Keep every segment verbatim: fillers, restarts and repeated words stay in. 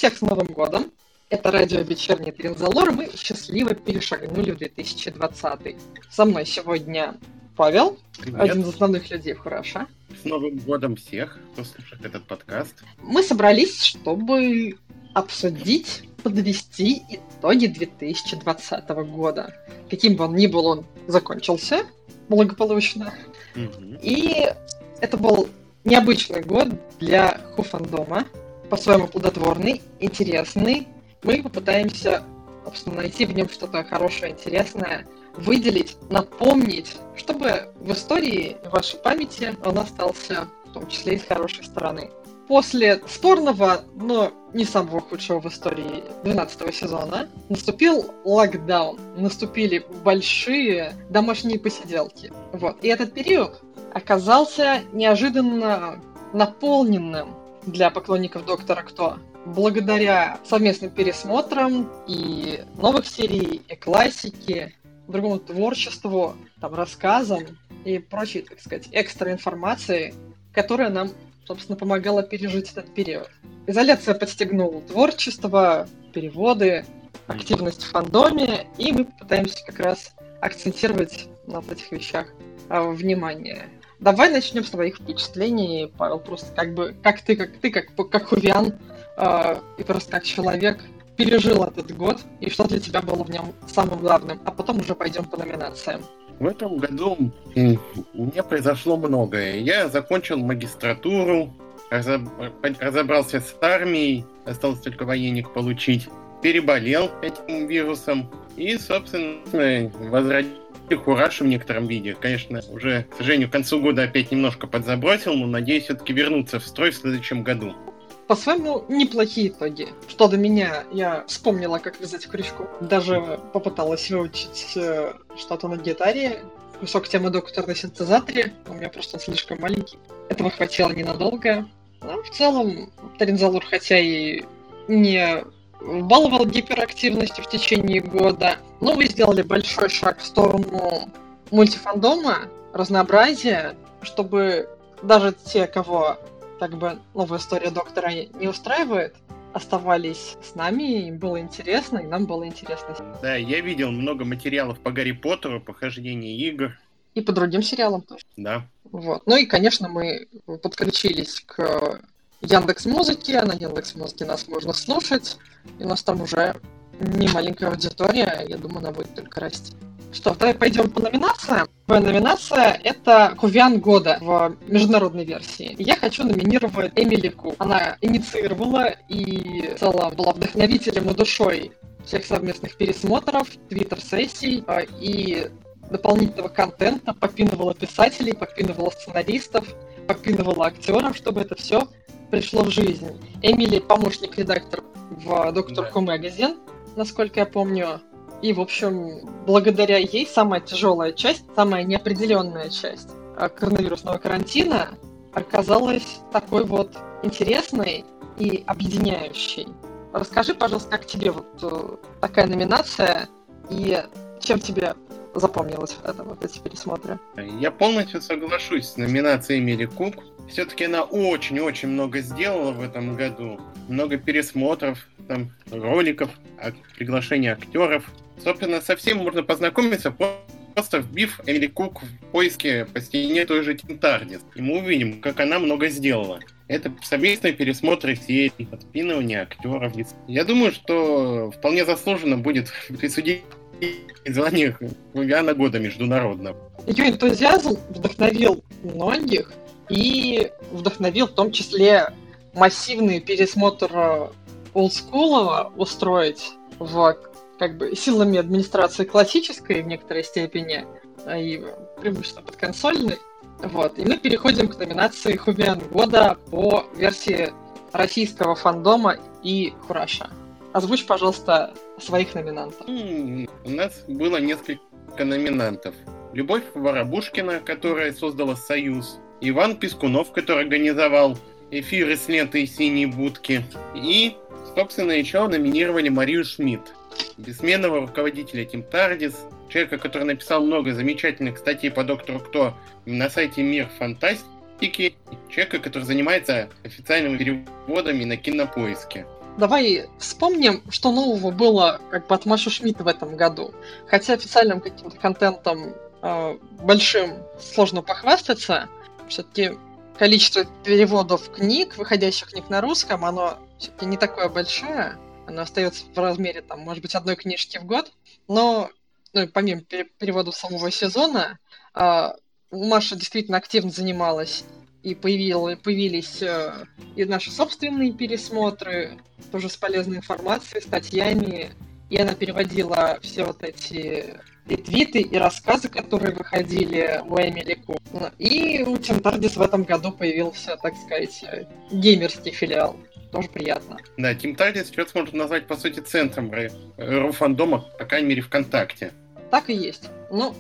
Всех с Новым годом! Это радио «Вечерний Тринзалор». Мы счастливо перешагнули в две тысячи двадцатый. Со мной сегодня Павел, Привет. Один из основных людей в Хураша. С Новым годом всех, кто слушает этот подкаст. Мы собрались, чтобы обсудить, подвести итоги две тысячи двадцатого года. Каким бы он ни был, он закончился благополучно. Угу. И это был необычный год для Ху-фандома. По-своему плодотворный, интересный. Мы попытаемся, собственно, найти в нем что-то хорошее, интересное, выделить, напомнить, чтобы в истории, в вашей памяти он остался, в том числе и с хорошей стороны. После спорного, но не самого худшего в истории двенадцатого сезона наступил локдаун. Наступили большие домашние посиделки. Вот. И этот период оказался неожиданно наполненным для поклонников Доктора Кто. Благодаря совместным пересмотрам и новых серий, и классики, другому творчеству, там, рассказам и прочей, так сказать, экстра информации, которая нам, собственно, помогала пережить этот период. Изоляция подстегнула творчество, переводы, активность в фандоме, и мы попытаемся как раз акцентировать на вот этих вещах а, внимание. Давай начнем с твоих впечатлений, Павел, просто как бы, как ты, как ты, как, как хувиан, э, и просто как человек пережил этот год, и что для тебя было в нем самым главным, а потом уже пойдем по номинациям. В этом году у меня произошло многое. Я закончил магистратуру, разоб... разобрался с армией, осталось только военник получить, переболел этим вирусом и, собственно, возродил Хураш в некотором виде. Конечно, уже, к сожалению, к концу года опять немножко подзабросил, но надеюсь все-таки вернуться в строй в следующем году. По-своему, неплохие итоги. Что до меня, я вспомнила, как вязать крючку. Даже попыталась выучить э, что-то на гитаре. Кусок темы Доктора на синтезаторе. У меня просто он слишком маленький. Этого хватило ненадолго. Но в целом, Тринзалор, хотя и не баловал гиперактивностью в течение года, но вы сделали большой шаг в сторону мультифандома, разнообразия, чтобы даже те, кого как бы новая история Доктора не устраивает, оставались с нами, им было интересно, и нам было интересно. Да, я видел много материалов по Гарри Поттеру, похождение игр. И по другим сериалам тоже. Да. Вот. Ну и, конечно, мы подключились к Яндекс.Музыке, на Яндекс.Музыке нас можно слушать, и у нас там уже не маленькая аудитория, я думаю, она будет только расти. Что, давай пойдем по номинациям. Первая номинация — это Хувиан года в международной версии. Я хочу номинировать Эмили Кук. Она инициировала и в целом была вдохновителем и душой всех совместных пересмотров, твиттер-сессий и дополнительного контента, подпинывала писателей, подпинывала сценаристов, подпинывала актеров, чтобы это все пришло в жизнь. Эмили — помощник-редактор в Доктор Ху Magazine, насколько я помню. И, в общем, благодаря ей самая тяжелая часть, самая неопределенная часть коронавирусного карантина оказалась такой вот интересной и объединяющей. Расскажи, пожалуйста, как тебе вот такая номинация и чем тебе запомнилось это, вот эти пересмотры? Я полностью соглашусь с номинацией Эмили Кук. Все-таки она очень-очень много сделала в этом году. Много пересмотров, там, роликов, приглашений актеров. Собственно, со всем можно познакомиться, просто вбив Эмили Кук в поиске по стене той же Тим Тардис. И мы увидим, как она много сделала. Это совместные пересмотры серий, подпинывание актеров. Я думаю, что вполне заслуженно будет присудить звание Хувиана года международного. Ее энтузиазм вдохновил многих и вдохновил в том числе массивный пересмотр олдскулова устроить в как бы силами администрации классической в некоторой степени и преимущественно подконсольной. Вот. И мы переходим к номинации Хувиан года по версии российского фандома и Хураша. Озвучь, пожалуйста, своих номинантов. Mm, у нас было несколько номинантов. Любовь Воробушкина, которая создала «Союз», Иван Пискунов, который организовал эфиры с лентой «Синие будки», и, собственно, еще номинировали Марию Шмидт, бессменного руководителя Тим Тардис, человека, который написал много замечательных статей по Доктору Кто на сайте Мир Фантастики, человека, который занимается официальными переводами на Кинопоиске. давай вспомним, что нового было как бы от Маши Шмидт в этом году. Хотя официальным каким-то контентом э, большим сложно похвастаться, все-таки количество переводов книг, выходящих книг на русском, оно все-таки не такое большое. Оно остается в размере, там, может быть, одной книжки в год. Но, ну, помимо перевода самого сезона, э, Маша действительно активно занималась, и появилось, появились э, и наши собственные пересмотры, тоже с полезной информацией, статьями. И она переводила все вот эти и твиты, и рассказы, которые выходили у Эмили Кук. И у Team TARDIS в этом году появился, так сказать, геймерский филиал. Тоже приятно. Да, Team TARDIS сейчас можно назвать, по сути, центром ру-фандома, по крайней мере, ВКонтакте. Так и есть. Ну,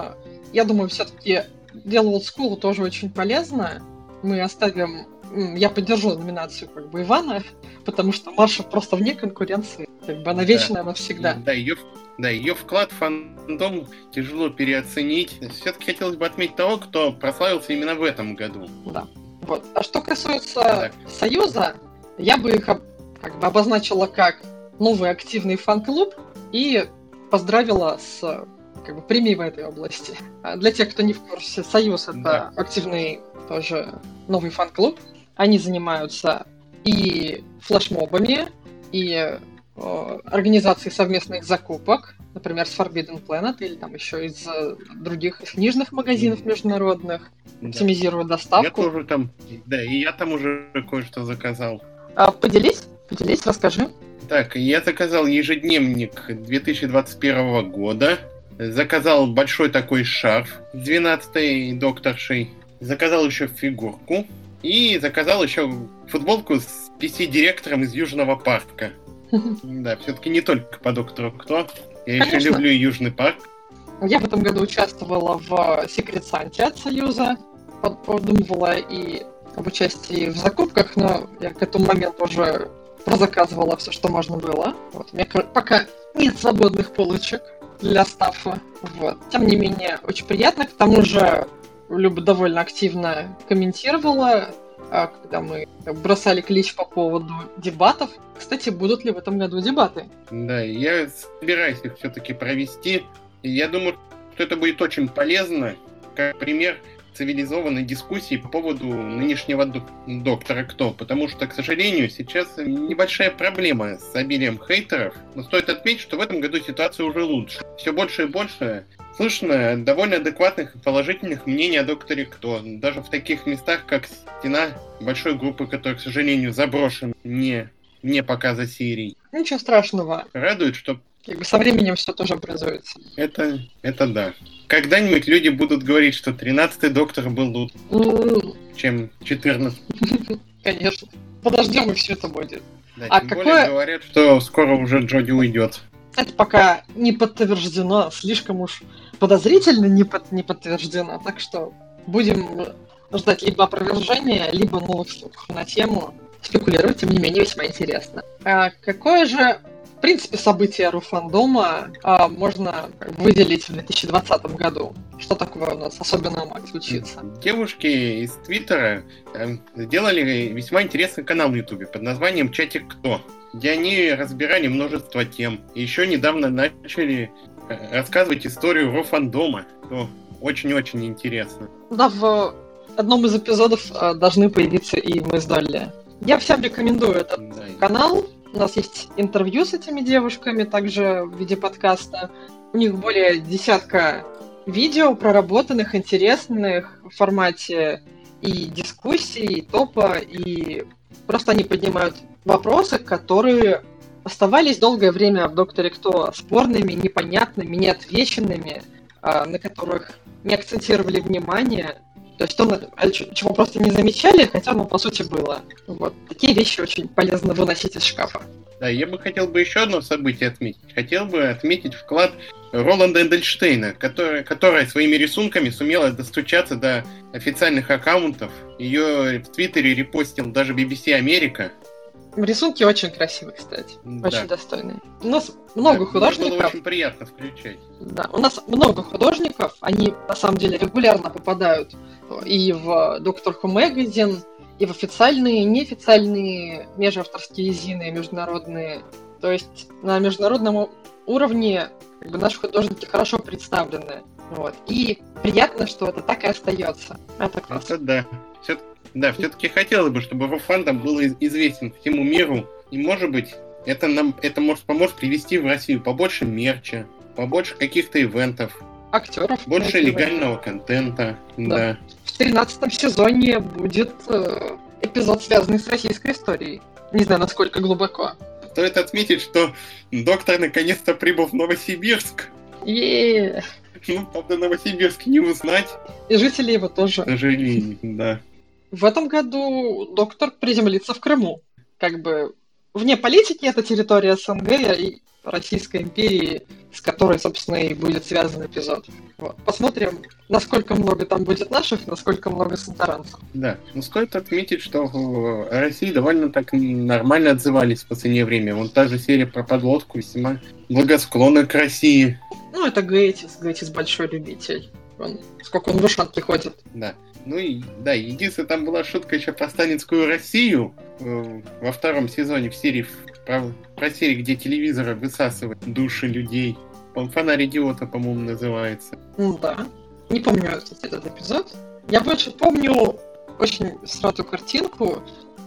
я думаю, все-таки дело Old School тоже очень полезно. Мы оставим... Я поддержу номинацию как бы Ивана, потому что Маша просто вне конкуренции. Как бы она вечная, она всегда. Да, ее, да, ее вклад в фандом тяжело переоценить. Все-таки хотелось бы отметить того, кто прославился именно в этом году. Да. Вот. А что касается да. Союза, я бы их как бы обозначила как новый активный фан-клуб и поздравила с как бы премией в этой области. А для тех, кто не в курсе, Союз — это да. активный тоже новый фан-клуб. Они занимаются и флешмобами, и э, организацией совместных закупок, например, с Forbidden Planet или там еще из э, других из книжных магазинов международных, да. оптимизируют доставку. Я тоже там, да, и я там уже кое-что заказал. А, поделись, поделись, расскажи. Так, я заказал ежедневник две тысячи двадцать первого года, заказал большой такой шарф с двенадцатой докторшей, заказал еще фигурку. И заказал еще футболку с пи си-директором из Южного парка. Да, все-таки не только по Доктору Кто. Я Конечно. еще люблю Южный парк. Я в этом году участвовала в Секрет Санте от Союза. Подумывала и об участии в закупках, но я к этому моменту уже прозаказывала все, что можно было. Вот. У меня пока нет свободных полочек для стаффа. Вот. Тем не менее, очень приятно. К тому же Люба довольно активно комментировала, когда мы бросали клич по поводу дебатов. Кстати, будут ли в этом году дебаты? Да, я собираюсь их все-таки провести. И я думаю, что это будет очень полезно, как пример цивилизованной дискуссии по поводу нынешнего Доктора Кто. Потому что, к сожалению, сейчас небольшая проблема с обилием хейтеров. Но стоит отметить, что в этом году ситуация уже лучше. Все больше и больше слышно довольно адекватных и положительных мнений о Докторе Кто. Даже в таких местах, как стена большой группы, которая, к сожалению, заброшена не, не показа серий. Ничего страшного. Радует, что... Как бы со временем все тоже образуется. Это, это да. Когда-нибудь люди будут говорить, что тринадцатый Доктор был лучше, mm. чем четырнадцатый. Конечно. Подождем, и все это будет. Да, а тем какое... более говорят, что скоро уже Джоди уйдет. Это пока не подтверждено, слишком уж подозрительно не, под, не подтверждено, так что будем ждать либо опровержения, либо новых слухов на тему. Спекулировать, тем не менее, весьма интересно. А какое же, в принципе, событие ру-фандома а, можно выделить в две тысячи двадцатом году? Что такое у нас особенного может случиться? Девушки из Твиттера э, сделали весьма интересный канал в Ютубе под названием «Чатик Кто», где они разбирали множество тем. И еще недавно начали рассказывать историю ру-фандома, что очень-очень интересно. Да, в одном из эпизодов должны появиться и мы с Долли. Я всем рекомендую этот да. канал. У нас есть интервью с этими девушками, также в виде подкаста. У них более десятка видео, проработанных, интересных в формате и дискуссий, и топа, и просто они поднимают вопросы, которые оставались долгое время в Докторе Кто спорными, непонятными, неотвеченными, на которых не акцентировали внимание. То есть то, чего просто не замечали, хотя оно по сути было. Вот. Такие вещи очень полезно выносить из шкафа. Да, я бы хотел бы еще одно событие отметить. Хотел бы отметить вклад Роланда Эдельштейна, который, которая своими рисунками сумела достучаться до официальных аккаунтов. Ее в Твиттере репостил даже би би си Америка. Рисунки очень красивые, кстати. Да. Очень достойные. У нас много да, художников. Было очень приятно включать. Да, у нас много художников. Они, на самом деле, регулярно попадают и в Doctor Who Magazine, и в официальные, и неофициальные межавторские зины международные. То есть на международном уровне как бы, наши художники хорошо представлены. Вот. И приятно, что это так и остается. Это классно. Это да. Все, да, все-таки хотелось бы, чтобы Руфандом был известен всему миру. И, может быть, это нам это может поможет привести в Россию побольше мерча, побольше каких-то ивентов. Актеров. Больше легального контента. Да. Да. В тринадцатом сезоне будет э, эпизод, связанный с российской историей. Не знаю, насколько глубоко. Стоит отметить, что доктор наконец-то прибыл в Новосибирск. Е-е-е. Ну, правда, Новосибирск не узнать. И жители его тоже. К сожалению, да. В этом году доктор приземлится в Крыму. Как бы вне политики это территория СНГ и Российской империи, с которой, собственно, и будет связан эпизод. Вот. Посмотрим, насколько много там будет наших, насколько много санторанцев. Да, но стоит отметить, что в России довольно так нормально отзывались в последнее время. Вон та же серия про подлодку весьма благосклонна к России. Ну, это Гейтис, Гейтис большой любитель. Он, сколько он в ушанке ходит. Да. Ну и да, единственное, там была шутка еще про сталинскую Россию э, во втором сезоне в серии про, про серию, где телевизоры высасывают души людей. Он «Фонарь идиота», по-моему, называется. Ну да. Не помню, кстати, этот эпизод. Я больше помню очень сратую картинку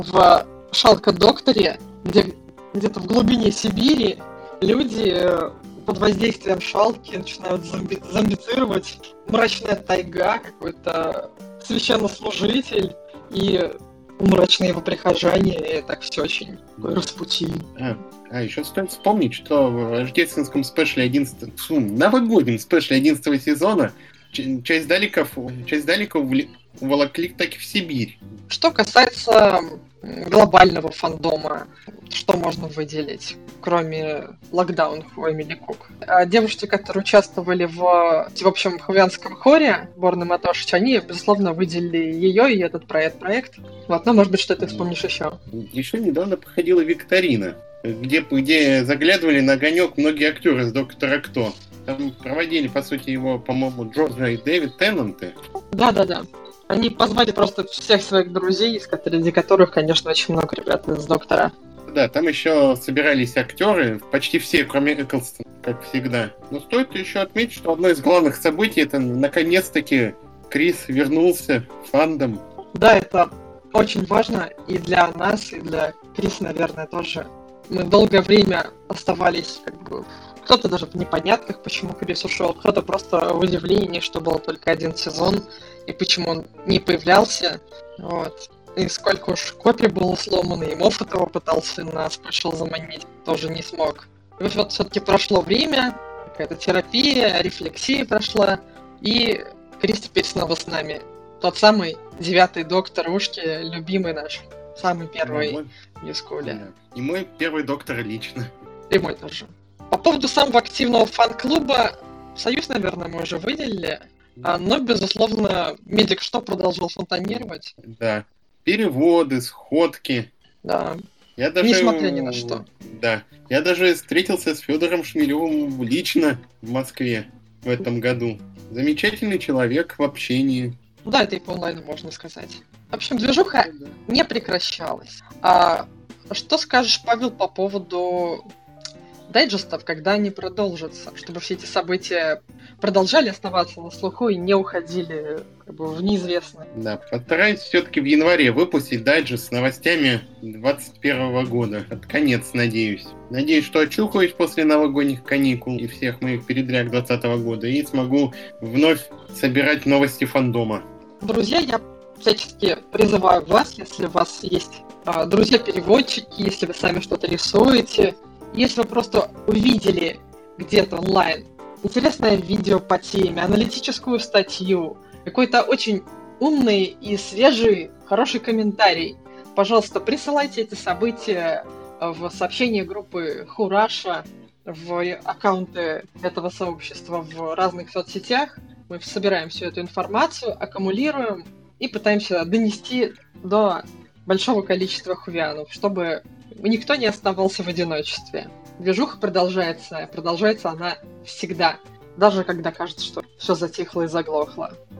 в «Шалко-докторе», где где-то в глубине Сибири люди под воздействием шалки начинают зомби- зомбицировать. Мрачная тайга, какой-то священнослужитель и мрачные его прихожане, и так все очень Распутин. А, а еще стоит вспомнить, что в рождественском спешле одиннадцатого, фу, новогоднем спешле одиннадцатого сезона ч- часть далеков, часть далеков уволокли таки в Сибирь. Что касается глобального фандома, что можно выделить, кроме локдаунов у Эмили Кук? Девушки, которые участвовали в, в общем, хавианском хоре Борны Матошич, они, безусловно, выделили ее и этот проект. проект. Вот, но, может быть, что ты вспомнишь еще? Еще недавно проходила викторина, где, где заглядывали на огонек многие актеры из «Доктора Кто». Там проводили, по сути, его, по-моему, Джорджа и Дэвид Теннанты. Да-да-да. Они позвали просто всех своих друзей, среди которых, конечно, очень много ребят из «Доктора». Да, там еще собирались актеры, почти все, кроме Эклстона, как всегда. Но стоит еще отметить, что одно из главных событий — это наконец-таки Крис вернулся в фандом. Да, это очень важно и для нас, и для Крис, наверное, тоже. Мы долгое время оставались как бы... Кто-то даже в непонятках, почему Крис ушел, кто-то просто в удивлении, что был только один сезон, и почему он не появлялся. Вот. И сколько уж копий было сломано, и Моффат его пытался на спешл заманить, тоже не смог. И вот все-таки прошло время, какая-то терапия, рефлексия прошла, и Крис теперь снова с нами. Тот самый девятый доктор Ушки, любимый наш, самый первый мой... в Юскуле. Да. И мой первый доктор лично. И мой тоже. По поводу самого активного фан-клуба, Союз, наверное, мы уже выделили, но, безусловно, Медик что продолжил фонтанировать. Да. Переводы, сходки. Да. Я даже... Несмотря ни на что. Да. Я даже встретился с Федором Шмелевым лично в Москве в этом году. Замечательный человек в общении. Да, это и по онлайну можно сказать. В общем, движуха да. не прекращалась. А что скажешь, Павел, по поводу дайджестов, когда они продолжатся, чтобы все эти события продолжали оставаться на слуху и не уходили как бы, в неизвестное? Да, постараюсь все-таки в январе выпустить дайджест с новостями двадцать первого года. Под конец, надеюсь. Надеюсь, что очухаюсь после новогодних каникул и всех моих передряг двадцатого года и смогу вновь собирать новости фандома. Друзья, я всячески призываю вас, если у вас есть а, друзья-переводчики, если вы сами что-то рисуете, если вы просто увидели где-то онлайн интересное видео по теме, аналитическую статью, какой-то очень умный и свежий, хороший комментарий, пожалуйста, присылайте эти события в сообщения группы Хураша, в аккаунты этого сообщества в разных соцсетях. Мы собираем всю эту информацию, аккумулируем и пытаемся донести до большого количества хувианов, чтобы никто не оставался в одиночестве. Движуха продолжается, продолжается она всегда, даже когда кажется, что все затихло и заглохло.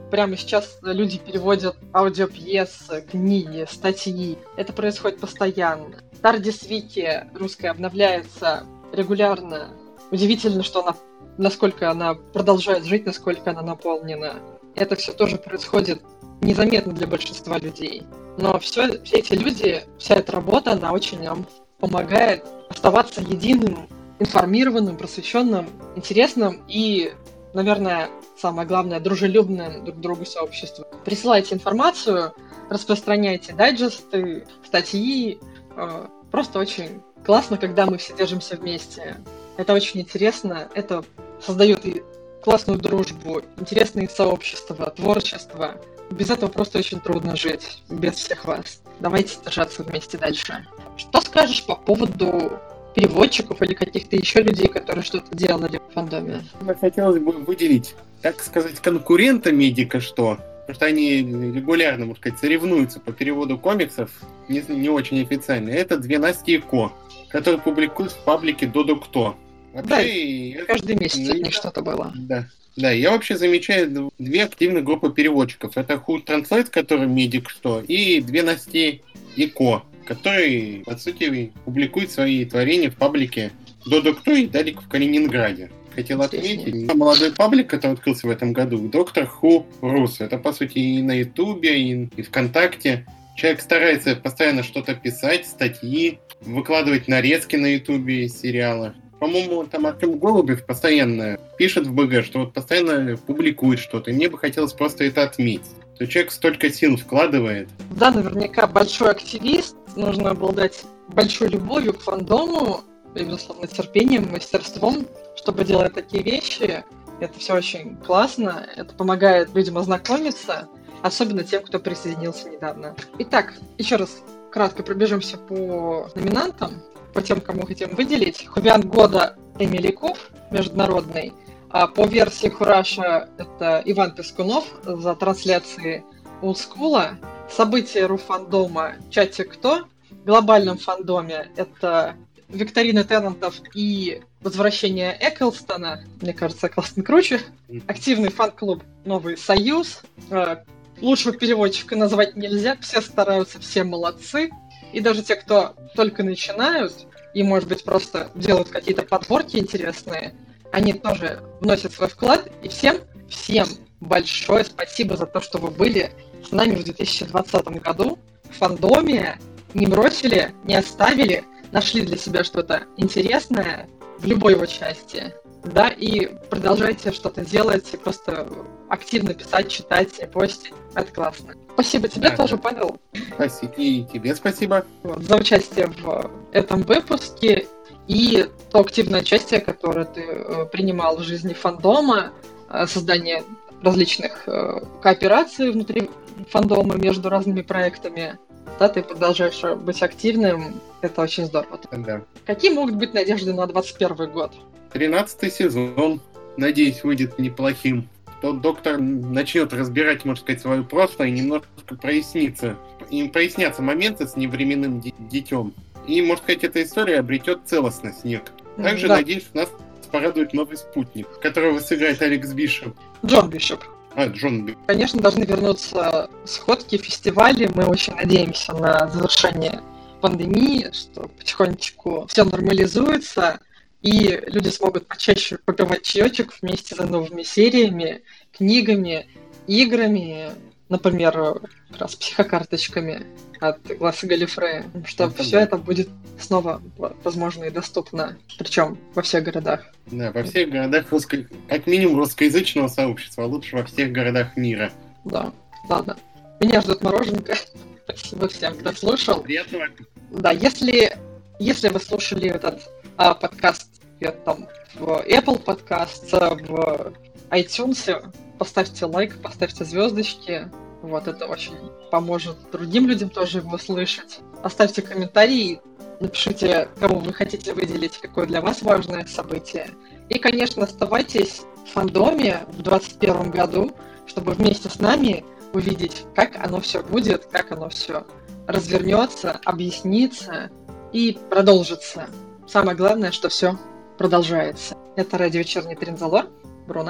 прямо сейчас люди переводят аудиопьесы, книги, статьи. Это происходит постоянно. Тардис Вики русская обновляется регулярно. Удивительно, что она, насколько она продолжает жить, насколько она наполнена. Это все тоже происходит незаметно для большинства людей. Но все, все эти люди, вся эта работа, она очень нам помогает оставаться единым, информированным, просвещенным, интересным и, наверное, самое главное, дружелюбным друг к другу сообществом. Присылайте информацию, распространяйте дайджесты, статьи. Просто очень классно, когда мы все держимся вместе. Это очень интересно, это создает и классную дружбу, интересные сообщества, творчество. Без этого просто очень трудно жить, без всех вас. Давайте держаться вместе дальше. Что скажешь по поводу переводчиков или каких-то еще людей, которые что-то делали в фандоме? Хотелось бы выделить, так сказать, конкурента Медика что, потому что они регулярно, можно сказать, соревнуются по переводу комиксов, не, не очень официально. Это две Насти и Ко, которые публикуют в паблике Додо Кто. Вообще, да, каждый месяц от них что-то было. Да. Да, я вообще замечаю две активных группы переводчиков. Это Who Translate, который Медик что, и две Насти и Ко, которые, по сути, публикуют свои творения в паблике Додо Кто и Далик в Калининграде. Хотел отметить, молодой паблик, который открылся в этом году, Доктор Ху Рус. Это, по сути, и на Ютубе, и, и ВКонтакте. Человек старается постоянно что-то писать, статьи, выкладывать нарезки на Ютубе из сериала. По-моему, там Артем Голубев постоянно пишет в БГ, что вот постоянно публикует что-то. И мне бы хотелось просто это отметить. То человек столько сил вкладывает. Да, наверняка большой активист. Нужно обладать большой любовью к фандому, и, безусловно, терпением, мастерством, чтобы делать такие вещи. Это все очень классно. Это помогает людям ознакомиться, особенно тем, кто присоединился недавно. Итак, еще раз кратко пробежимся по номинантам. По тем, кому хотим выделить. Хувиан года Эмили Куб, международный. А по версии Хураша это Иван Пескунов за трансляции олдскула. События руфандома «Чате кто?». В глобальном фандоме это викторина Теннантов и возвращение Эклстона. Мне кажется, Эклстон круче. Активный фан-клуб «Новый Союз». Лучшего переводчика назвать нельзя. Все стараются, все молодцы. И даже те, кто только начинают, и, может быть, просто делают какие-то подборки интересные, они тоже вносят свой вклад. И всем, всем большое спасибо за то, что вы были с нами в две тысячи двадцатом году в фандоме, не бросили, не оставили, нашли для себя что-то интересное в любой его части. Да, и продолжайте что-то делать, и просто активно писать, читать и постить. Это классно. Спасибо тебе да, тоже, да. Павел. Спасибо. И тебе спасибо. Вот, за участие в этом выпуске и то активное участие, которое ты э, принимал в жизни фандома, э, создание различных э, коопераций внутри фандома между разными проектами. Да, ты продолжаешь быть активным. Это очень здорово. Да. Какие могут быть надежды на двадцать первый год? тринадцатый сезон, надеюсь, выйдет неплохим. Тот доктор начнет разбирать, можно сказать, свое прошлое и немножко прояснится. Им прояснятся моменты с невременным детем. И, можно сказать, эта история обретет целостность некую. Также, да. Надеюсь, нас порадует новый спутник, которого сыграет Алекс Бишоп. Джон Бишоп. А, Джон Бишоп. Конечно, должны вернуться сходки, фестивали. Мы очень надеемся на завершение пандемии, что потихонечку все нормализуется. И люди смогут почаще попивать чаечек вместе за новыми сериями, книгами, играми, например, как раз психокарточками от Гласса Галифрея, чтобы это все да. это будет снова возможно и доступно, причем во всех городах. Да, во всех городах, русско... как минимум русскоязычного сообщества, а лучше во всех городах мира. Да, ладно. Меня ждет мороженка. Спасибо всем, кто слушал. Приятного. Да, если, если вы слушали этот а, подкаст там, в Apple Podcasts, в iTunes, поставьте лайк, поставьте звездочки. Вот это очень поможет другим людям тоже его слышать. Оставьте комментарии, напишите, кого вы хотите выделить, какое для вас важное событие. И, конечно, оставайтесь в фандоме в двадцать первом году, чтобы вместе с нами увидеть, как оно все будет, как оно все развернется, объяснится и продолжится. Самое главное, что все продолжается. Это радио «Вечерний Тринзалор». Бруно.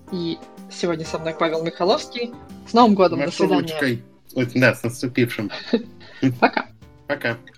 И сегодня со мной Павел Михайловский. С Новым годом, до свидания. Ой, да, с наступившим. Пока. Пока.